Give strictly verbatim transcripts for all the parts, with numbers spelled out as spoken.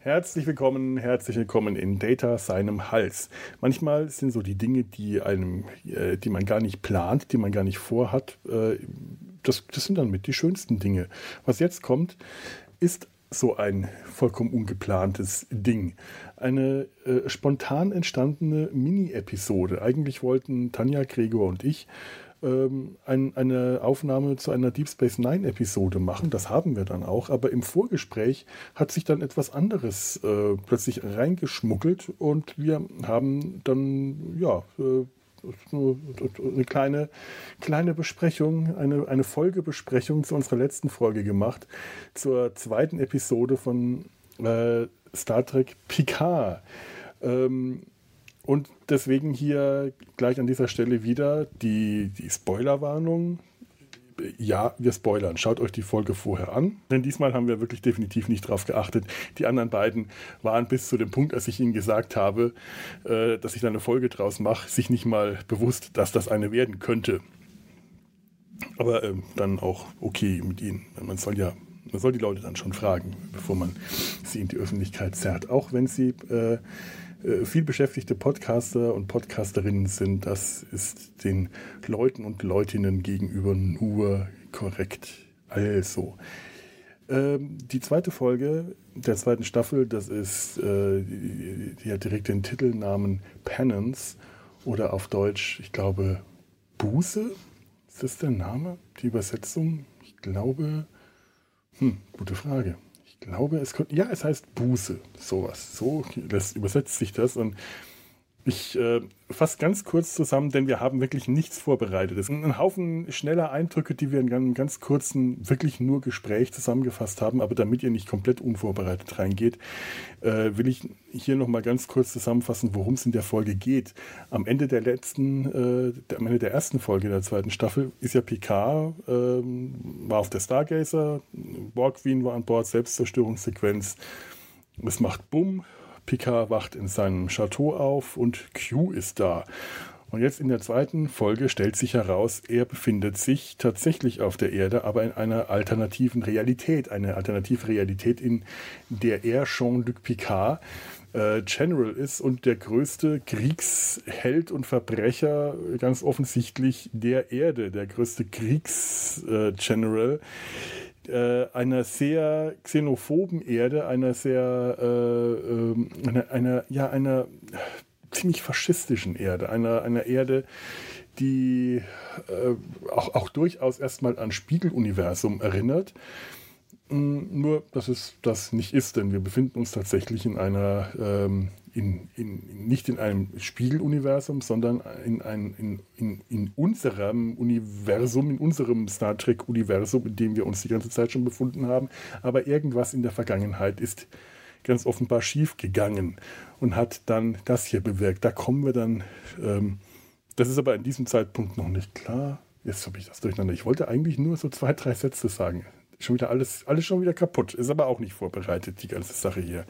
Herzlich willkommen, herzlich willkommen in Data seinem Hals. Manchmal sind so die Dinge, die einem, äh, die man gar nicht plant, die man gar nicht vorhat, äh, das, das sind dann mit die schönsten Dinge. Was jetzt kommt, ist so ein vollkommen ungeplantes Ding. Eine äh, spontan entstandene Mini-Episode. Eigentlich wollten Tanja, Gregor und ich Ein, eine Aufnahme zu einer Deep Space Nine Episode machen. Das haben wir dann auch. Aber im Vorgespräch hat sich dann etwas anderes äh, plötzlich reingeschmuggelt und wir haben dann ja äh, eine kleine, kleine Besprechung, eine, eine Folgebesprechung zu unserer letzten Folge gemacht, zur zweiten Episode von äh, Star Trek Picard. Ähm, Und deswegen hier gleich an dieser Stelle wieder die, die Spoilerwarnung. Ja, wir spoilern. Schaut euch die Folge vorher an. Denn diesmal haben wir wirklich definitiv nicht drauf geachtet. Die anderen beiden waren bis zu dem Punkt, als ich ihnen gesagt habe, äh, dass ich da eine Folge draus mache, sich nicht mal bewusst, dass das eine werden könnte. Aber äh, dann auch okay mit ihnen. Man soll ja, man soll die Leute dann schon fragen, bevor man sie in die Öffentlichkeit zerrt. Auch wenn sie äh, viel beschäftigte Podcaster und Podcasterinnen sind, das ist den Leuten und Leutinnen gegenüber nur korrekt. Also, ähm, die zweite Folge der zweiten Staffel, das ist, äh, die, die hat direkt den Titelnamen Penance oder auf Deutsch, ich glaube, Buße. Ist das der Name? Die Übersetzung? Ich glaube, hm, gute Frage. Ich glaube, es könnte, ja, es heißt Buße, sowas. So das übersetzt sich das und ich äh, fasse ganz kurz zusammen, denn wir haben wirklich nichts vorbereitet. Es sind ein Haufen schneller Eindrücke, die wir in einem ganz kurzen, wirklich nur Gespräch zusammengefasst haben, aber damit ihr nicht komplett unvorbereitet reingeht, äh, will ich hier nochmal ganz kurz zusammenfassen, worum es in der Folge geht. Am Ende der letzten, äh, der, am Ende der ersten Folge der zweiten Staffel ist ja Picard, äh, war auf der Stargazer, Borg Queen war an Bord, Selbstzerstörungssequenz, es macht Bumm. Picard wacht in seinem Chateau auf und Q ist da. Und jetzt in der zweiten Folge stellt sich heraus, er befindet sich tatsächlich auf der Erde, aber in einer alternativen Realität. Eine alternative Realität, in der er, Jean-Luc Picard, äh, General ist und der größte Kriegsheld und Verbrecher ganz offensichtlich der Erde, der größte Kriegsgeneral. Äh, einer sehr xenophoben Erde, einer sehr, äh, äh, einer, einer, ja, einer ziemlich faschistischen Erde, einer, einer Erde, die äh, auch, auch durchaus erstmal an Spiegeluniversum erinnert. Nur, dass es das nicht ist, denn wir befinden uns tatsächlich in einer, ähm, in, in, nicht in einem Spiegeluniversum, sondern in, ein, in, in, in unserem Universum, in unserem Star Trek-Universum, in dem wir uns die ganze Zeit schon befunden haben. Aber irgendwas in der Vergangenheit ist ganz offenbar schief gegangen und hat dann das hier bewirkt. Da kommen wir dann, ähm, das ist aber in diesem Zeitpunkt noch nicht klar. Jetzt habe ich das durcheinander. Ich wollte eigentlich nur so zwei, drei Sätze sagen. Schon wieder alles, alles schon wieder kaputt. Ist aber auch nicht vorbereitet, die ganze Sache hier.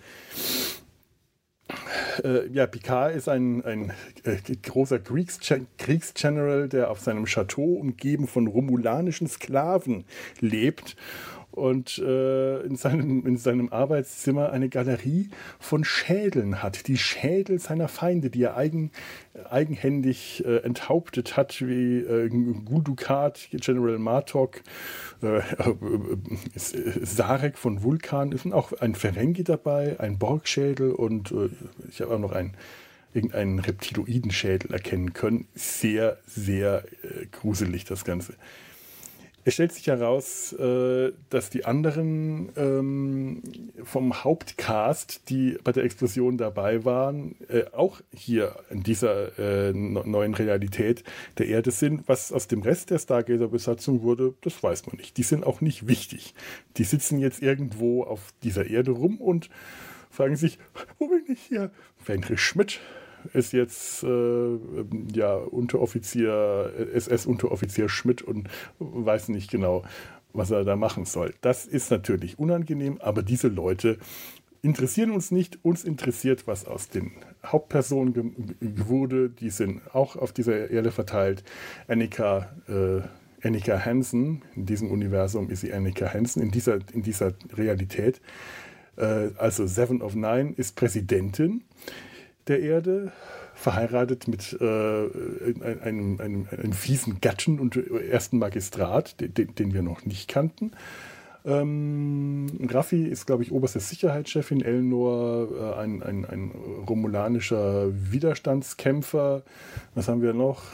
Äh, ja, Picard ist ein, ein äh, großer Kriegsgeneral, der auf seinem Chateau umgeben von romulanischen Sklaven lebt und äh, in, seinem, in seinem Arbeitszimmer eine Galerie von Schädeln hat. Die Schädel seiner Feinde, die er eigen, eigenhändig äh, enthauptet hat, wie äh, Gul Dukat, General Martok, äh, äh, Sarek von Vulkan. Es ist auch ein Ferengi dabei, ein Borgschädel und äh, ich habe auch noch einen, irgendeinen Reptiloidenschädel erkennen können. Sehr, sehr äh, gruselig das Ganze. Es stellt sich heraus, äh, dass die anderen ähm, vom Hauptcast, die bei der Explosion dabei waren, äh, auch hier in dieser äh, neuen Realität der Erde sind. Was aus dem Rest der Stargazer-Besatzung wurde, das weiß man nicht. Die sind auch nicht wichtig. Die sitzen jetzt irgendwo auf dieser Erde rum und fragen sich, wo bin ich hier? Fenris Schmidt ist jetzt äh, ja, Unteroffizier, S S-Unteroffizier Schmidt und weiß nicht genau, was er da machen soll. Das ist natürlich unangenehm, aber diese Leute interessieren uns nicht. Uns interessiert, was aus den Hauptpersonen ge- wurde. Die sind auch auf dieser Erde verteilt. Annika, äh, Annika Hansen, in diesem Universum ist sie Annika Hansen, in dieser, in dieser Realität. Äh, also Seven of Nine ist Präsidentin der Erde, verheiratet mit äh, einem, einem, einem fiesen Gatten und ersten Magistrat, den, den wir noch nicht kannten. Ähm, Raffi ist, glaube ich, oberste Sicherheitschefin, Elnor äh, ein, ein, ein romulanischer Widerstandskämpfer. Was haben wir noch?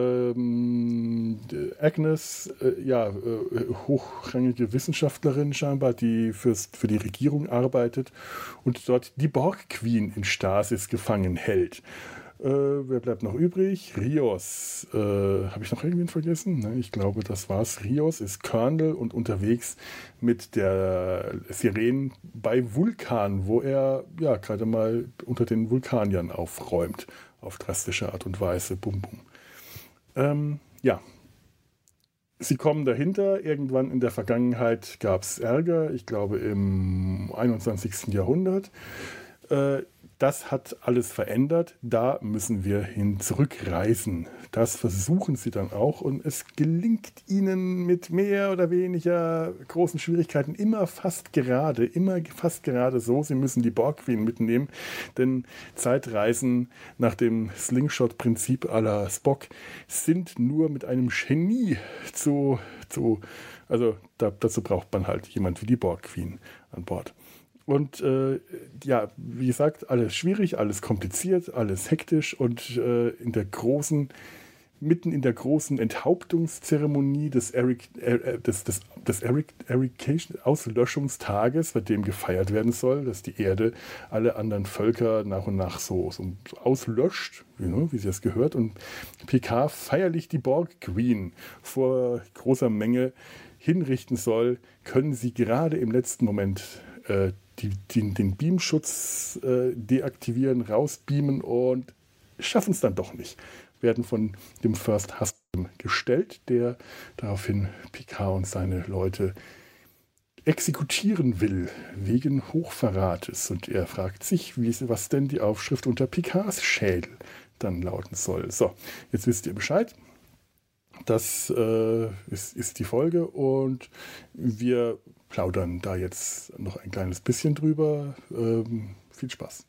Ähm, Agnes, äh, ja, äh, hochrangige Wissenschaftlerin scheinbar, die fürs, für die Regierung arbeitet und dort die Borg Queen in Stasis gefangen hält. Äh, wer bleibt noch übrig? Rios. Äh, Habe ich noch irgendwen vergessen? Ne, ich glaube, das war's. Rios ist Colonel und unterwegs mit der Sirene bei Vulkan, wo er ja gerade mal unter den Vulkaniern aufräumt. Auf drastische Art und Weise. Bum, bum. Ähm, ja. Sie kommen dahinter. Irgendwann in der Vergangenheit gab es Ärger. Ich glaube im einundzwanzigsten Jahrhundert. Äh, Das hat alles verändert, da müssen wir hin zurückreisen. Das versuchen sie dann auch und es gelingt ihnen mit mehr oder weniger großen Schwierigkeiten immer fast gerade, immer fast gerade so. Sie müssen die Borg Queen mitnehmen, denn Zeitreisen nach dem Slingshot-Prinzip à la Spock sind nur mit einem Genie zu, zu also da, dazu braucht man halt jemand wie die Borg Queen an Bord. Und äh, ja, wie gesagt, alles schwierig, alles kompliziert, alles hektisch und äh, in der großen, mitten in der großen Enthauptungszeremonie des Eric, äh, des, des, des Eric, Erication Auslöschungstages, bei dem gefeiert werden soll, dass die Erde alle anderen Völker nach und nach so, so auslöscht, you know, wie sie das gehört, und Picard feierlich die Borg Queen vor großer Menge hinrichten soll, können sie gerade im letzten Moment äh, Die, den, den Beamschutz äh, deaktivieren, rausbeamen und schaffen es dann doch nicht. Werden von dem First Husband gestellt, der daraufhin Picard und seine Leute exekutieren will, wegen Hochverrates. Und er fragt sich, wie, was denn die Aufschrift unter Picards Schädel dann lauten soll. So, jetzt wisst ihr Bescheid. Das äh, ist, ist die Folge und wir plaudern da jetzt noch ein kleines bisschen drüber. Ähm, viel Spaß.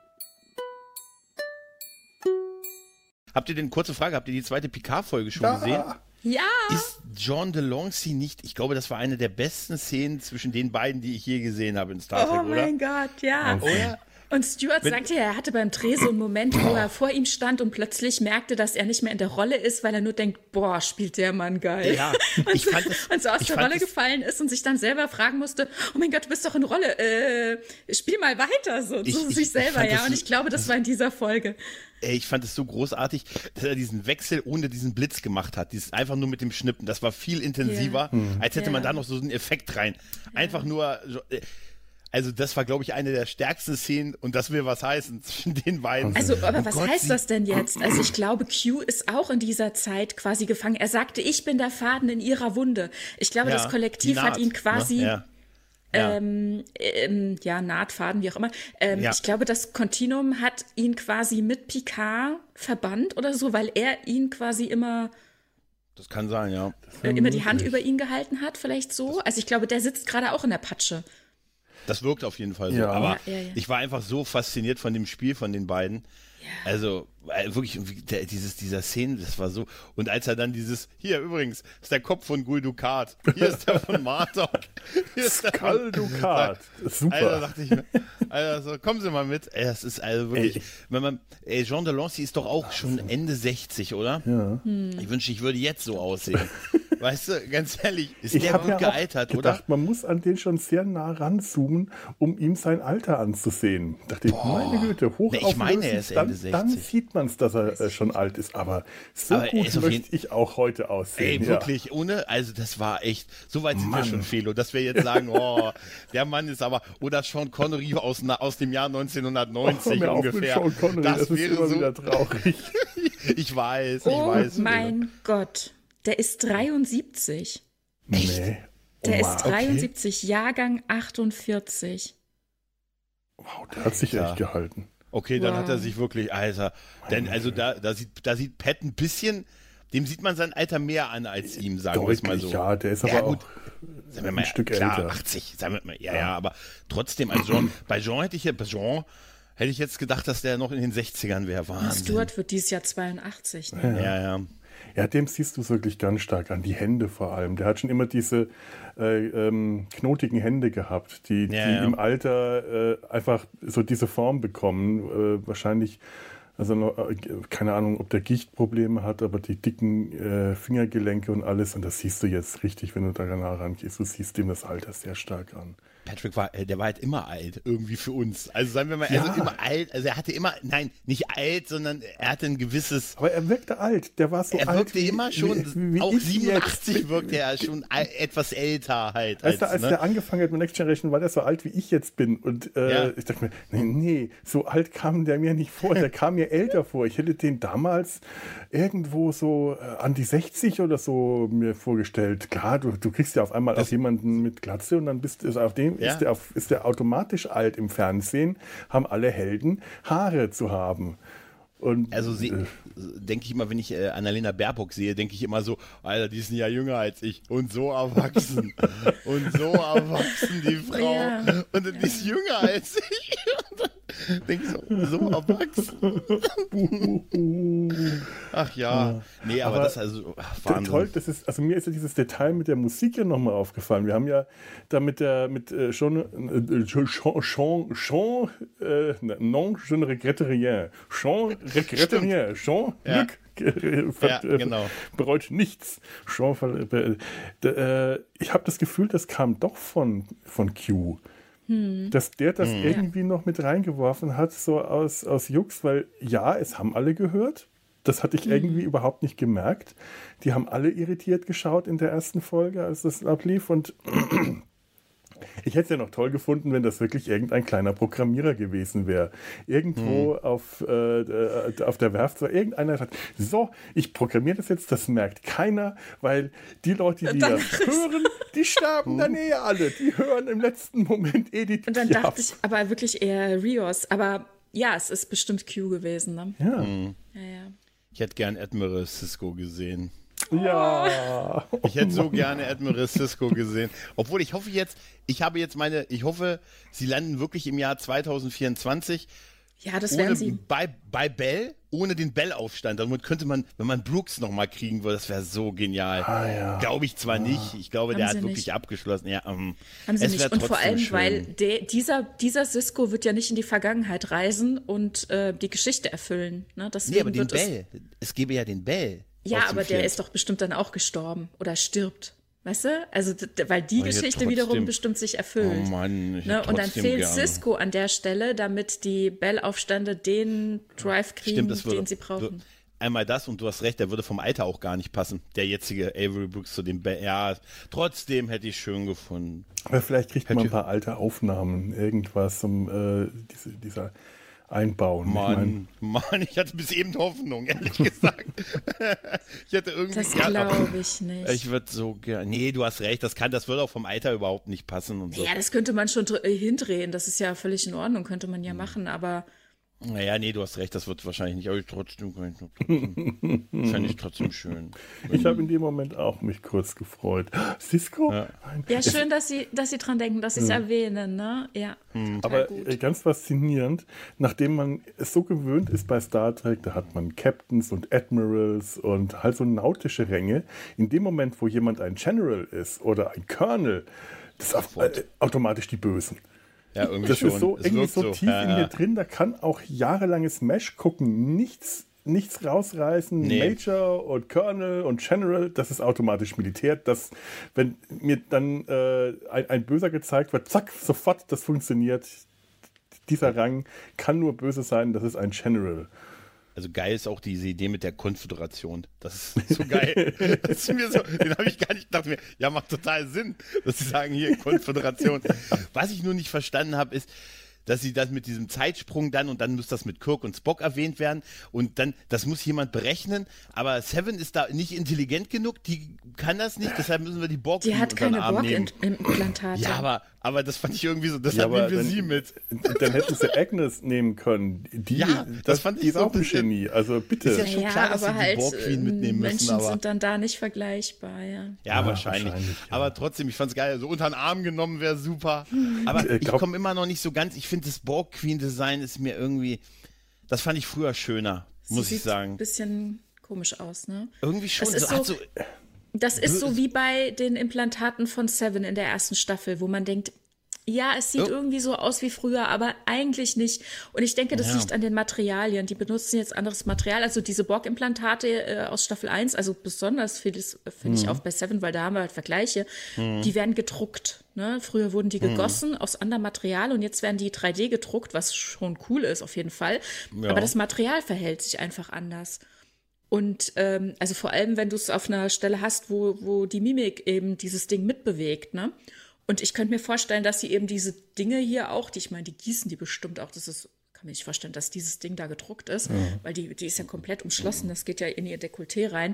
Habt ihr denn, kurze Frage, habt ihr die zweite Picard-Folge schon Da. gesehen? Ja! Ist John DeLonghi nicht, ich glaube, das war eine der besten Szenen zwischen den beiden, die ich je gesehen habe in Star Trek, Oh oder? mein Gott, ja. Oder? Und Stuart Wenn- sagte ja, er hatte beim Dreh so einen Moment, wo er vor ihm stand und plötzlich merkte, dass er nicht mehr in der Rolle ist, weil er nur denkt, boah, spielt der Mann geil. Ja, und, ich fand es- und so aus ich der fand Rolle es- gefallen ist und sich dann selber fragen musste, oh mein Gott, du bist doch in Rolle, äh, spiel mal weiter, so Ich- zu ich- sich ich selber, fand ja. das Und so- ich glaube, das war in dieser Folge. Ey, ich fand es so großartig, dass er diesen Wechsel ohne diesen Blitz gemacht hat. Dieses einfach nur mit dem Schnippen. Das war viel intensiver, Ja. als hätte Ja. man da noch so einen Effekt rein. Einfach nur, so, äh, also das war, glaube ich, eine der stärksten Szenen und das will was heißen zwischen den beiden. Also, aber Oh was Gott, heißt sie- das denn jetzt? Also ich glaube, Q ist auch in dieser Zeit quasi gefangen. Er sagte, ich bin der Faden in ihrer Wunde. Ich glaube, Ja, das Kollektiv die hat Naht, ihn quasi, ne? Ja. Ja. ähm, ähm, ja, Nahtfaden, wie auch immer. Ähm, Ja. Ich glaube, das Kontinuum hat ihn quasi mit Picard verbannt oder so, weil er ihn quasi immer, Das kann sein, ja. äh, immer die Hand über ihn gehalten hat, vielleicht so. Also ich glaube, der sitzt gerade auch in der Patsche. Das wirkt auf jeden Fall so. Ja. Aber Ja, ja, ja. ich war einfach so fasziniert von dem Spiel von den beiden. Also äh, wirklich, der, dieses, dieser Szene, das war so. Und als er dann dieses, hier übrigens, ist der Kopf von Gul Dukat, hier ist der von Martok, hier ist der Kal von Dukat. Super. Alter, dachte ich mir, Alter, so, kommen Sie mal mit. Ey, das ist also wirklich, Ey. wenn man, ey, Jean DeLonghi ist doch auch schon Ende sechzig, oder? Ja. Ich wünschte, ich würde jetzt so aussehen. Weißt du, ganz ehrlich, ist Ich der habe gut mir auch gealtert, gedacht, oder? man muss an den schon sehr nah ranzoomen, um ihm sein Alter anzusehen. Dachte ich, meine Güte, hoch Nee, ich meine, er ist dann, Ende dann sechzig. sieht man es, dass er äh, schon alt ist. Aber so Aber er gut ist auf möchte jeden- ich auch heute aussehen. Ey, ja. wirklich, ohne, also das war echt, so weit sind Mann. wir schon, Felo, dass wir jetzt sagen, oh, der Mann ist aber, oder Sean Connery aus, na- aus dem Jahr neunzehnhundert-neunzig Hör mir auf mit ungefähr. Sean Connery, das, das ist wäre immer so, wieder traurig. ich weiß, ich Oh weiß. mein Gott, der ist dreiundsiebzig. Nee. Der Oh, ist wow, okay. dreiundsiebzig, Jahrgang achtundvierzig. Wow, der hat sich Alter. echt gehalten. Okay, dann Wow. hat er sich wirklich, Alter, denn also da, da sieht, da sieht Pat ein bisschen, dem sieht man sein Alter mehr an als ihm, sagen wir es mal so. Ja, der ist aber ja, auch gut. Sagen wir mal, ein Stück klar, älter. achtzig, sagen wir mal, ja, ja, aber trotzdem, als Jean, bei Jean hätte ich ja, bei Jean hätte ich jetzt gedacht, dass der noch in den sechzigern wäre. Wahnsinn. Stuart wird dieses Jahr zweiundachtzig. Ne? Ja, ja. ja. Ja, dem siehst du es wirklich ganz stark an, die Hände vor allem. Der hat schon immer diese äh, ähm, knotigen Hände gehabt, die, Ja, die ja. im Alter äh, einfach so diese Form bekommen. Äh, wahrscheinlich, also noch, äh, keine Ahnung, ob der Gichtprobleme hat, aber die dicken äh, Fingergelenke und alles, und das siehst du jetzt richtig, wenn du da nah rangehst. Du siehst dem das Alter sehr stark an. Patrick war, äh, der war halt immer alt, irgendwie für uns. Also sagen wir mal, Ja. also immer alt, also er hatte immer, nein, nicht alt, sondern er hatte ein gewisses, Aber er wirkte alt, der war so er alt. wirkte wie- immer schon, wie, wie auch ich siebenundachtzig jetzt. wirkte er schon al- etwas älter halt. Weißt du, als ne? der angefangen hat mit Next Generation, war der so alt, wie ich jetzt bin. Und äh, Ja. ich dachte mir, nee, nee, so alt kam der mir nicht vor. Der kam mir älter vor. Ich hätte den damals irgendwo so äh, an die sechzig oder so mir vorgestellt. Klar, du, du kriegst ja auf einmal auf jemanden mit Glatze und dann bist ist auf dem Ja. ist, der auf, ist der automatisch alt im Fernsehen. Haben alle Helden Haare zu haben. Und, Also sie- äh, denke ich immer, wenn ich äh, Annalena Baerbock sehe, denke ich immer so, Alter, die ist ein Jahr jünger als ich und so erwachsen und so erwachsen die Frau Ja. und die ist jünger als ich. Und dann denke ich so, so erwachsen. Ach ja, nee, aber, Aber das also ach, Ja, Wahnsinn. toll, das ist, also mir ist ja dieses Detail mit der Musik ja nochmal aufgefallen. Wir haben ja da mit der, mit äh, Jean, äh, Jean, Jean, Jean, äh, non, je ne regrette rien. Jean regrette rien. Jean, Ja. Glück, äh, ver- Ja, äh, genau. bereut nichts. Jean, ver- äh, d- äh, ich habe das Gefühl, das kam doch von, von Q. Dass der das irgendwie noch mit reingeworfen hat, so aus, aus Jux, weil ja, es haben alle gehört. Das hatte ich irgendwie überhaupt nicht gemerkt. Die haben alle irritiert geschaut in der ersten Folge, als das ablief. Und ich hätte es ja noch toll gefunden, wenn das wirklich irgendein kleiner Programmierer gewesen wäre. Irgendwo auf, äh, äh, auf der Werft, so irgendeiner sagt, so, ich programmiere das jetzt, das merkt keiner, weil die Leute, die dann- das hören, die sterben dann eh alle. Die hören im letzten Moment Edith Und dann Piaf. dachte ich aber wirklich eher Rios. Aber ja, es ist bestimmt Q gewesen. Ne? Ja. Ja, ja. Ich hätte gern Admiral Sisko gesehen. Ja. Ich hätte so gerne Admiral Sisko gesehen. Obwohl ich hoffe jetzt, ich habe jetzt meine, ich hoffe, sie landen wirklich im Jahr zwanzig vierundzwanzig Ja, das ohne, werden sie. bei, bei Bell, ohne den Bell-Aufstand. Damit könnte man, wenn man Brooks nochmal kriegen würde, das wäre so genial. Ah, ja. Glaube ich zwar nicht. Ich glaube, der Haben hat sie wirklich nicht. abgeschlossen. Ja, ähm, Haben sie es nicht. wär Und vor trotzdem allem, schön. weil der, dieser, dieser Sisko wird ja nicht in die Vergangenheit reisen und äh, die Geschichte erfüllen. Ne? Deswegen Nee, aber den wird es, Bell. Es gäbe ja den Bell. ja, aus dem aber der Film. ist doch bestimmt dann auch gestorben oder stirbt. Weißt du? Also, d- d- weil die Oh, ja, Geschichte trotzdem. wiederum bestimmt sich erfüllt. Oh Mann, ich Ne? hätte Und dann trotzdem fehlt gern. Cisco an der Stelle, damit die Bell-Aufstände den Drive kriegen, Stimmt, das würde, den sie brauchen. Einmal das und du hast recht, der würde vom Alter auch gar nicht passen. Der jetzige Avery Brooks zu dem Bell. Ja, trotzdem hätte ich schön gefunden. Aber vielleicht kriegt man ein Hätte- paar alte Aufnahmen, irgendwas um äh, diese, dieser einbauen. Ich mein, Mann, Mann, ich hatte bis eben Hoffnung, ehrlich gesagt. ich hätte irgendwie. Das ja, glaube ich nicht. Ich würde so gerne. Nee, du hast recht, das kann, das würde auch vom Alter überhaupt nicht passen und so. Ja, das könnte man schon dr- äh, hindrehen. Das ist ja völlig in Ordnung, könnte man Hm. ja machen. Aber Naja, nee, du hast recht, das wird wahrscheinlich nicht, aber trotzdem, trotzdem fände ich trotzdem schön. ich habe in dem Moment auch mich kurz gefreut. Cisco? Ja. Nein. ja, Es- schön, dass Sie, dass Sie dran denken, dass Sie es erwähnen. Ne? Ja, total Aber gut. äh, ganz faszinierend, nachdem man es so gewöhnt ist bei Star Trek, da hat man Captains und Admirals und halt so nautische Ränge. In dem Moment, wo jemand ein General ist oder ein Colonel, das ist auf, äh, automatisch die Bösen. Ja, irgendwie Das schon. ist so, Es irgendwie wirkt so, so. tief Ja, in ja. mir drin, da kann auch jahrelanges Mesh gucken, nichts, nichts rausreißen. Nee. Major und Colonel und General, das ist automatisch Militär. Das, wenn mir dann äh, ein, ein Böser gezeigt wird, zack, sofort, das funktioniert. Dieser Rang kann nur böse sein, das ist ein General. Also geil ist auch diese Idee mit der Konföderation. Das ist so geil. Das ist mir so, den habe ich gar nicht gedacht. Mir, ja, macht total Sinn, dass sie sagen, hier, Konföderation. Was ich nur nicht verstanden habe, ist, dass sie das mit diesem Zeitsprung dann und dann muss das mit Kirk und Spock erwähnt werden und dann, das muss jemand berechnen, aber Seven ist da nicht intelligent genug, die kann das nicht, deshalb müssen wir die Borg Die hat unter den keine Arm nehmen. Borg-Implantate. Ja, aber, aber das fand ich irgendwie so, das Ja, hatten aber wir dann- sie mit. Dann hätten sie Agnes nehmen können. Die, Ja, das fand ich die ist so auch ein ein bisschen- Genie. Also bitte. Ist ja schon Ja, klar, dass aber sie die halt Borg Queen äh, mitnehmen müssen, Menschen aber- sind dann da nicht vergleichbar, ja. Ja, Ja, wahrscheinlich. wahrscheinlich, ja. Aber trotzdem, ich fand's geil. So unter den Arm genommen wäre super. Aber Äh, ich glaub- komme immer noch nicht so ganz. Ich finde, das Borg Queen Design ist mir irgendwie. Das fand ich früher schöner, Sie muss ich sieht sagen. ein bisschen komisch aus, ne? Irgendwie schon. Es ist So, hat so- so, Das ist so wie bei den Implantaten von Seven in der ersten Staffel, wo man denkt, ja, es sieht Oh. irgendwie so aus wie früher, aber eigentlich nicht. Und ich denke, das Ja. liegt an den Materialien. Die benutzen jetzt anderes Material. Also diese Borg-Implantate äh, aus Staffel eins, also besonders finde find ich auch bei Seven, weil da haben wir halt Vergleiche, die werden gedruckt. Ne? Früher wurden die gegossen aus anderem Material und jetzt werden die drei D gedruckt, was schon cool ist auf jeden Fall. Ja. Aber das Material verhält sich einfach anders. Und ähm, also vor allem, wenn du es auf einer Stelle hast, wo, wo die Mimik eben dieses Ding mitbewegt, ne? Und ich könnte mir vorstellen, dass sie eben diese Dinge hier auch, die ich meine, die gießen die bestimmt auch, das ist, kann mir nicht vorstellen, dass dieses Ding da gedruckt ist, weil die, die ist ja komplett umschlossen, das geht ja in ihr Dekolleté rein.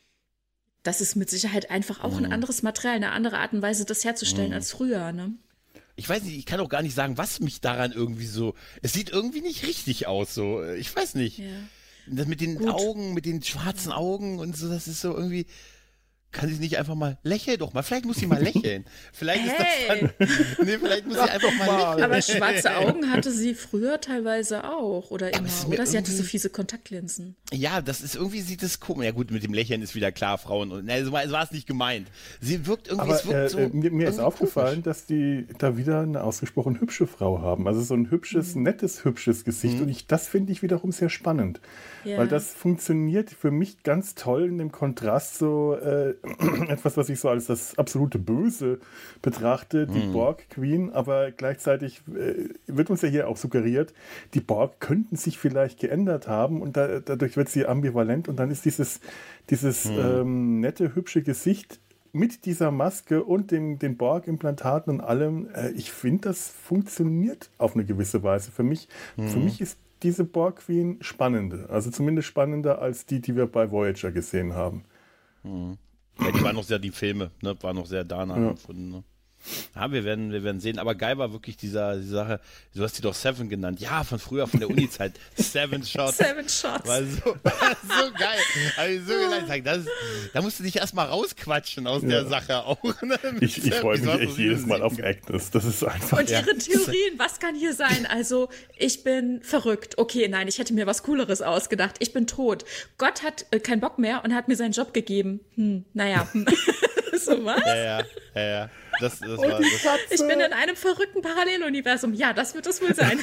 Das ist mit Sicherheit einfach auch ein anderes Material, eine andere Art und Weise, das herzustellen als früher, ne? ich weiß nicht, ich kann auch gar nicht sagen, was mich daran irgendwie so. Es sieht irgendwie nicht richtig aus, so. Ich weiß nicht. Ja. Das mit den Gut. Augen, mit den schwarzen Augen und so, das ist so irgendwie. Kann sie nicht einfach mal lächeln doch mal? Vielleicht muss sie mal lächeln. Vielleicht Hey. ist das dann. Nee, vielleicht muss sie einfach mal lächeln. Aber schwarze Augen hatte sie früher teilweise auch oder immer. es ist mir Oder sie hatte so irgendwie- fiese Kontaktlinsen. Ja, das ist irgendwie sieht das komisch. Ja gut, mit dem Lächeln ist wieder klar, Frauen. Und, ne, so war so war es nicht gemeint. Sie wirkt irgendwie, Aber es wirkt äh, so. äh, mir, mir ist irgendwie aufgefallen, komisch. dass die da wieder eine ausgesprochen hübsche Frau haben. Also so ein hübsches, Mhm. nettes, hübsches Gesicht. Und ich, das finde ich wiederum sehr spannend. Ja. Weil das funktioniert für mich ganz toll in dem Kontrast so äh, etwas, was ich so als das absolute Böse betrachte, die Mhm. Borg Queen. Aber gleichzeitig äh, wird uns ja hier auch suggeriert, die Borg könnten sich vielleicht geändert haben und da, dadurch wird sie ambivalent und dann ist dieses, dieses Mhm. ähm, nette, hübsche Gesicht mit dieser Maske und dem, den Borg-Implantaten und allem, äh, ich finde, das funktioniert auf eine gewisse Weise. Für mich, für mich ist diese Borg Queen spannender. Also zumindest spannender als die, die wir bei Voyager gesehen haben. Ja, die waren noch sehr, die Filme, ne, war noch sehr danach Ja. empfunden. Ne? Ja, wir werden, wir werden sehen. Aber geil war wirklich dieser, die Sache, du hast die doch Seven genannt. Ja, von früher, von der Uni-Zeit. Seven Shots. Seven Shots. War so, so geil. Hab ich so geil. Das, da musst du dich erstmal rausquatschen aus der Sache auch. Ne? Mit Ich, ich Seven. freue Wieso mich hast du echt sie jedes Mal auf gesehen? Agnes. Das ist einfach. Und Ja. ihre Theorien, was kann hier sein? Also, ich bin verrückt. Okay, nein, ich hätte mir was Cooleres ausgedacht. Ich bin tot. Gott hat äh, keinen Bock mehr und hat mir seinen Job gegeben. Hm, naja. Hm. So was? Ja, ja, ja, ja. Das, das Und war, die das, Katze. Ich bin in einem verrückten Paralleluniversum. Ja, das wird es wohl sein.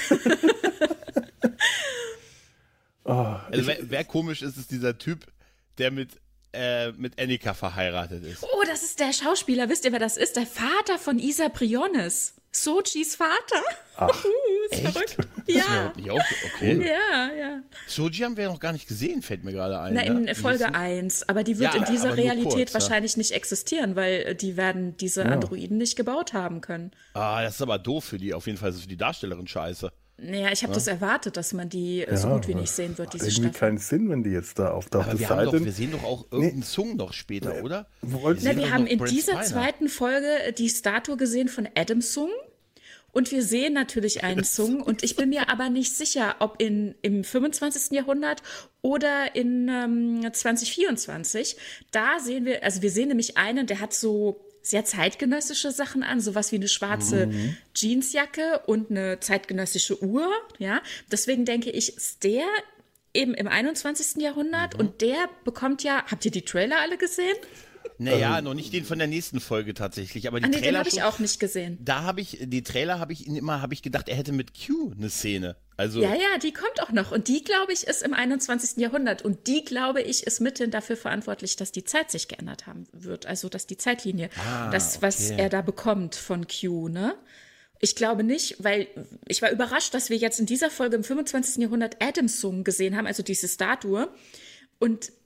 Oh, also, wer, wer komisch ist, ist dieser Typ, der mit, äh, mit Annika verheiratet ist. Oh, das ist der Schauspieler. Wisst ihr, wer das ist? Der Vater von Isa Briones. Sochis Vater. Ach, ist echt? verrückt. Ist mir Ja. nicht auf, okay. Ja, ja. Soji haben wir noch gar nicht gesehen, fällt mir gerade ein. Na, in ne? Folge eins. Aber die wird Ja, in dieser aber nur Realität kurz, ja. wahrscheinlich nicht existieren, weil äh, die werden diese Androiden nicht gebaut haben können. Ah, das ist aber doof für die, auf jeden Fall ist es für die Darstellerin scheiße. Naja, ich habe das erwartet, dass man die äh, so ja, gut wie nicht sehen wird, macht diese irgendwie Staffel. keinen Sinn, wenn die jetzt da auftaucht. Aber Es wir, sei haben doch, denn- wir sehen doch auch irgendeinen Song noch später, oder? Wollt- Na, sehen wir doch haben noch in Brent dieser Spiner. zweiten Folge äh, die Statue gesehen von Adam Sung. Und wir sehen natürlich einen Sung. Und ich bin mir aber nicht sicher, ob in, im fünfundzwanzigsten Jahrhundert oder in ähm, zwanzig vierundzwanzig. Da sehen wir, also wir sehen nämlich einen, der hat so sehr zeitgenössische Sachen an, sowas wie eine schwarze Jeansjacke und eine zeitgenössische Uhr. Ja, deswegen denke ich, ist der eben im einundzwanzigsten Jahrhundert und der bekommt ja, habt ihr die Trailer alle gesehen? Naja, noch nicht den von der nächsten Folge tatsächlich, aber die Ah, nee, den Trailer habe ich schon, auch nicht gesehen. da habe ich, die Trailer habe ich ihn immer, habe ich gedacht, er hätte mit Q eine Szene. Also, Ja, ja, die kommt auch noch. Und die, glaube ich, ist im einundzwanzigsten Jahrhundert. Und die, glaube ich, ist mithin dafür verantwortlich, dass die Zeit sich geändert haben wird. Also, dass die Zeitlinie, Ah, das, was okay. er da bekommt von Q, ne? Ich glaube nicht, weil ich war überrascht, dass wir jetzt in dieser Folge im fünfundzwanzigsten Jahrhundert Adam Sung gesehen haben, also diese Statue. Und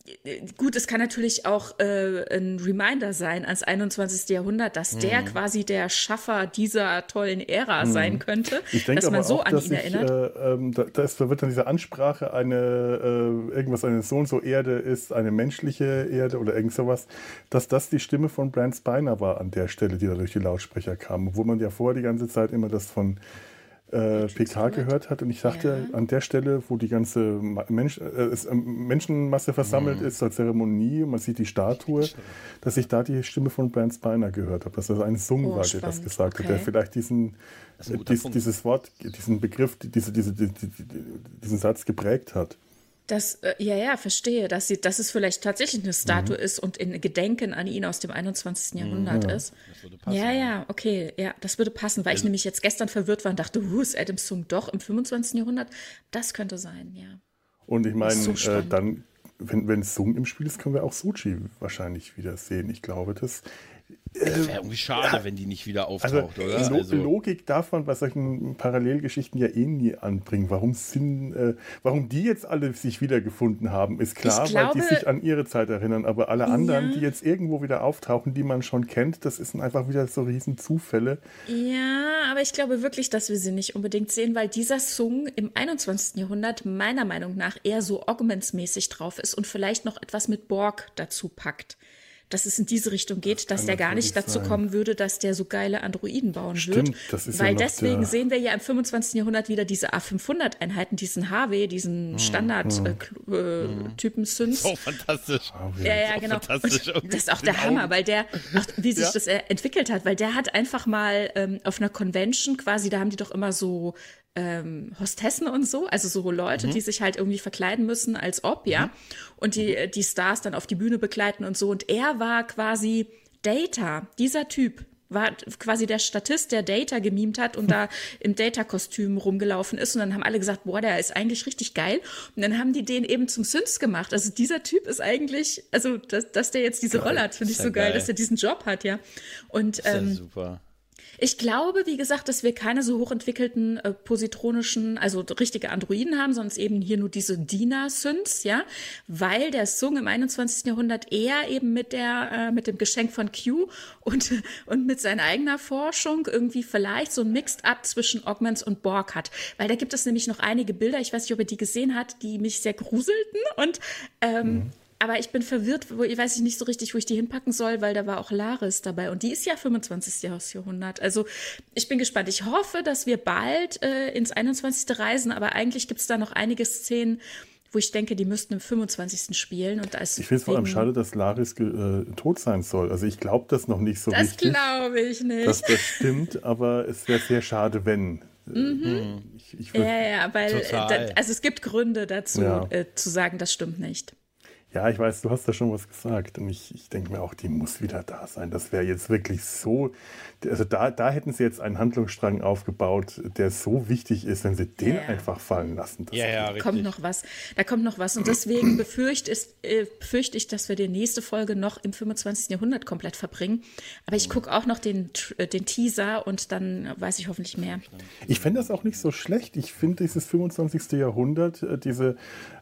gut, es kann natürlich auch äh, ein Reminder sein ans einundzwanzigste. Jahrhundert, dass mhm. der quasi der Schaffer dieser tollen Ära mhm. sein könnte, ich denke dass man aber so auch, an dass ihn ich, erinnert. Äh, ähm, da, da, ist, da wird dann diese Ansprache eine, äh, irgendwas, eine so und so Erde ist, eine menschliche Erde oder irgend sowas, dass das die Stimme von Brent Spiner war an der Stelle, die da durch die Lautsprecher kam, obwohl man ja vorher die ganze Zeit immer das von Äh, P K gehört hat und ich dachte, ja. an der Stelle, wo die ganze Mensch, äh, Menschenmasse versammelt mhm. ist zur Zeremonie und man sieht die Statue, dass ich da die Stimme von Brent Spiner gehört habe, dass das ein Sung oh, war, der das gesagt okay. hat, der vielleicht diesen, äh, dies, dieses Wort, diesen Begriff, diese, diese, die, die, diesen Satz geprägt hat. Das, äh, ja, ja, verstehe, dass, sie, dass es vielleicht tatsächlich eine Statue mhm. ist und in Gedenken an ihn aus dem einundzwanzigsten. Jahrhundert ja. ist. Das würde passen, ja, ja, okay, ja, das würde passen, weil also, ich nämlich jetzt gestern verwirrt war und dachte, huh, ist Adam Sung doch im fünfundzwanzigsten. Jahrhundert? Das könnte sein, ja. Und ich meine, so äh, dann, wenn, wenn Sung im Spiel ist, können wir auch Suchi wahrscheinlich wieder sehen. Ich glaube, das Das wäre irgendwie schade, ja, wenn die nicht wieder auftaucht, also, oder? Lo Also Logik darf man bei solchen Parallelgeschichten ja eh nie anbringen. Warum, sind, äh, warum die jetzt alle sich wiedergefunden haben, ist klar, glaube, weil die sich an ihre Zeit erinnern. Aber alle anderen, ja. die jetzt irgendwo wieder auftauchen, die man schon kennt, das sind einfach wieder so riesen Zufälle. Ja, aber ich glaube wirklich, dass wir sie nicht unbedingt sehen, weil dieser Sung im einundzwanzigsten. Jahrhundert meiner Meinung nach eher so Augments-mäßig drauf ist und vielleicht noch etwas mit Borg dazu packt. Dass es in diese Richtung geht, das dass der gar nicht dazu sein. kommen würde, dass der so geile Androiden bauen Stimmt, wird. Das ist Weil ja noch deswegen der sehen wir ja im fünfundzwanzigsten. Jahrhundert wieder diese A fünfhundert-Einheiten, diesen H W, diesen hm, Standard-Typen hm. äh, Synths. So fantastisch. Ja, ja, genau. Und das ist auch der Hammer, weil der, auch wie sich ja. das entwickelt hat, weil der hat einfach mal ähm, auf einer Convention quasi, da haben die doch immer so Ähm, Hostessen und so, also so Leute, mhm. die sich halt irgendwie verkleiden müssen als ob, ja, mhm. und die, die Stars dann auf die Bühne begleiten und so. Und er war quasi Data, dieser Typ war quasi der Statist, der Data gemimt hat und da im Data-Kostüm rumgelaufen ist. Und dann haben alle gesagt, boah, der ist eigentlich richtig geil. Und dann haben die den eben zum Synths gemacht. Also dieser Typ ist eigentlich, also dass, dass der jetzt diese geil. Rolle hat, finde ich so geil, geil, dass er diesen Job hat, ja. Und ist ja ähm, super. Ich glaube, wie gesagt, dass wir keine so hochentwickelten äh, positronischen, also richtige Androiden haben, sondern eben hier nur diese Diener-Synths, ja, weil der Sung im einundzwanzigsten. Jahrhundert eher eben mit der, äh, mit dem Geschenk von Q und, und mit seiner eigenen Forschung irgendwie vielleicht so ein Mixed-up zwischen Augments und Borg hat. Weil da gibt es nämlich noch einige Bilder, ich weiß nicht, ob ihr die gesehen habt, die mich sehr gruselten und ähm, mhm. aber ich bin verwirrt, wo ich weiß ich nicht so richtig, wo ich die hinpacken soll, weil da war auch Laris dabei und die ist ja fünfundzwanzigsten. Jahrhundert. Also ich bin gespannt. Ich hoffe, dass wir bald äh, ins einundzwanzigste reisen, aber eigentlich gibt es da noch einige Szenen, wo ich denke, die müssten im fünfundzwanzigsten spielen. Und da ist ich finde es vor allem schade, dass Laris äh, tot sein soll. Also ich glaube das noch nicht so das richtig. Das glaube ich nicht. Dass das stimmt, aber es wäre sehr schade, wenn. Mhm. Ich, ich würd, ja, ja, weil da, also es gibt Gründe dazu, ja. äh, zu sagen, das stimmt nicht. Ja, ich weiß, du hast da schon was gesagt und ich, ich denke mir auch, die muss wieder da sein. Das wäre jetzt wirklich so, also da, da hätten sie jetzt einen Handlungsstrang aufgebaut, der so wichtig ist, wenn sie den ja, ja. einfach fallen lassen. Das ja, ja, richtig. kommt noch was, da kommt noch was und deswegen befürchte ich, äh, befürchte ich, dass wir die nächste Folge noch im fünfundzwanzigsten. Jahrhundert komplett verbringen. Aber ich gucke auch noch den, den Teaser und dann weiß ich hoffentlich mehr. Ich fände das auch nicht so schlecht. Ich finde dieses fünfundzwanzigste. Jahrhundert, diese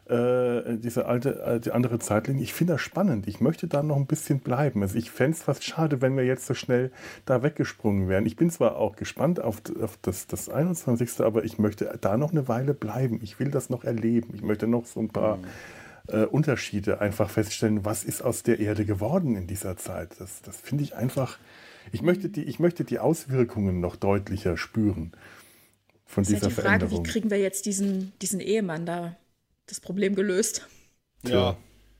Äh, diese alte, äh, die andere Zeitlinie, ich finde das spannend. Ich möchte da noch ein bisschen bleiben. Also ich fände es fast schade, wenn wir jetzt so schnell da weggesprungen wären. Ich bin zwar auch gespannt auf, auf das, das einundzwanzigste. aber ich möchte da noch eine Weile bleiben. Ich will das noch erleben. Ich möchte noch so ein paar mhm. äh, Unterschiede einfach feststellen. Was ist aus der Erde geworden in dieser Zeit? Das, das finde ich einfach, ich möchte, die, ich möchte die Auswirkungen noch deutlicher spüren von das dieser ist ja die Frage, Veränderung. Wie kriegen wir jetzt diesen, diesen Ehemann da das Problem gelöst? Ja.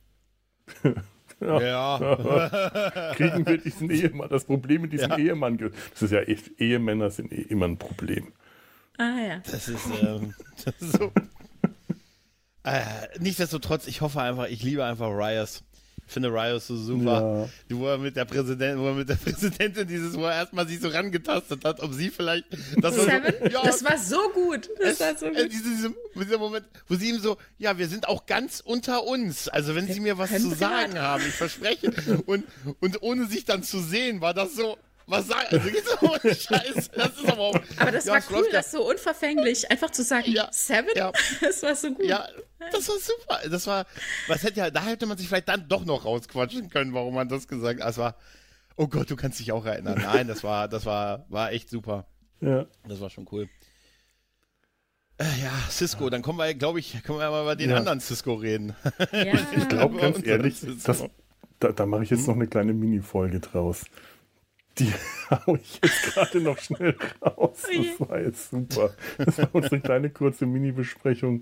ja. ja. Kriegen wir diesen Ehemann, das Problem mit diesem ja. Ehemann gelöst. Das ist ja, Ehemänner sind eh immer ein Problem. Ah ja. Das ist, ähm, das ist so. äh, nichtsdestotrotz, ich hoffe einfach, ich liebe einfach Rios. Ich finde Rios so super. Ja. Wo er mit der Präsidentin, wo er mit der Präsidentin dieses, wo er erstmal sich so rangetastet hat, ob sie vielleicht. Das war, Seven? So, ja, das war so gut. Das es, war so gut. Äh, diese, dieser Moment, wo sie ihm so, ja, wir sind auch ganz unter uns. Also wenn sie mir was zu sagen haben, ich verspreche. Und, und ohne sich dann zu sehen, war das so. was sag also geht's um Scheiße, das ist aber auch, Aber das ja, war es cool, läuft ja- das so unverfänglich, einfach zu sagen, Ja, Seven, ja. das war so gut. Ja, das war super. Das war, was hätte ja, da hätte man sich vielleicht dann doch noch rausquatschen können, warum man das gesagt hat. Das war, oh Gott, du kannst dich auch erinnern. Nein, das war, das war, war echt super. Ja. Das war schon cool. Äh, ja, Cisco, dann kommen wir, glaube ich, können wir mal über den Ja. anderen Cisco reden. Ja. Ich glaube, ganz Unser ehrlich, Cisco. das, da, da mache ich jetzt noch eine kleine Mini-Folge draus. Die hau ich jetzt gerade noch schnell raus. Oh je. Das war jetzt super. Das war unsere kleine kurze Mini-Besprechung.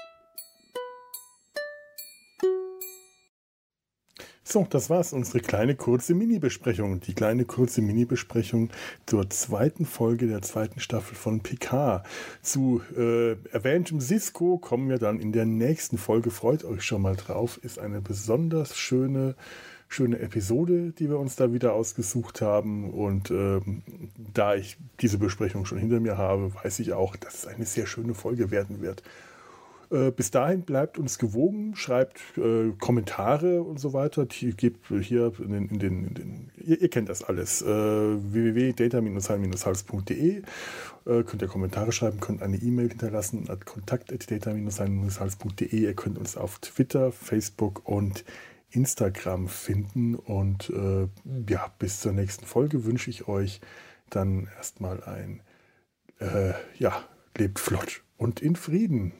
So, das war's, unsere kleine kurze Mini-Besprechung. Die kleine kurze Mini-Besprechung zur zweiten Folge der zweiten Staffel von Picard. Zu äh, erwähntem Cisco kommen wir dann in der nächsten Folge. Freut euch schon mal drauf. Ist eine besonders schöne, schöne Episode, die wir uns da wieder ausgesucht haben. Und ähm, da ich diese Besprechung schon hinter mir habe, weiß ich auch, dass es eine sehr schöne Folge werden wird. Bis dahin bleibt uns gewogen, schreibt äh, Kommentare und so weiter. Die gebt hier in den, in den, in den ihr, ihr kennt das alles. Äh, w w w punkt data dash hals punkt de äh, könnt ihr Kommentare schreiben, könnt eine E-Mail hinterlassen at kontakt at data dash hals punkt de. Ihr könnt uns auf Twitter, Facebook und Instagram finden. Und äh, ja, bis zur nächsten Folge wünsche ich euch dann erstmal ein äh, ja, lebt flott und in Frieden.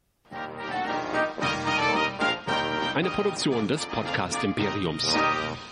Eine Produktion des Podcast Imperiums.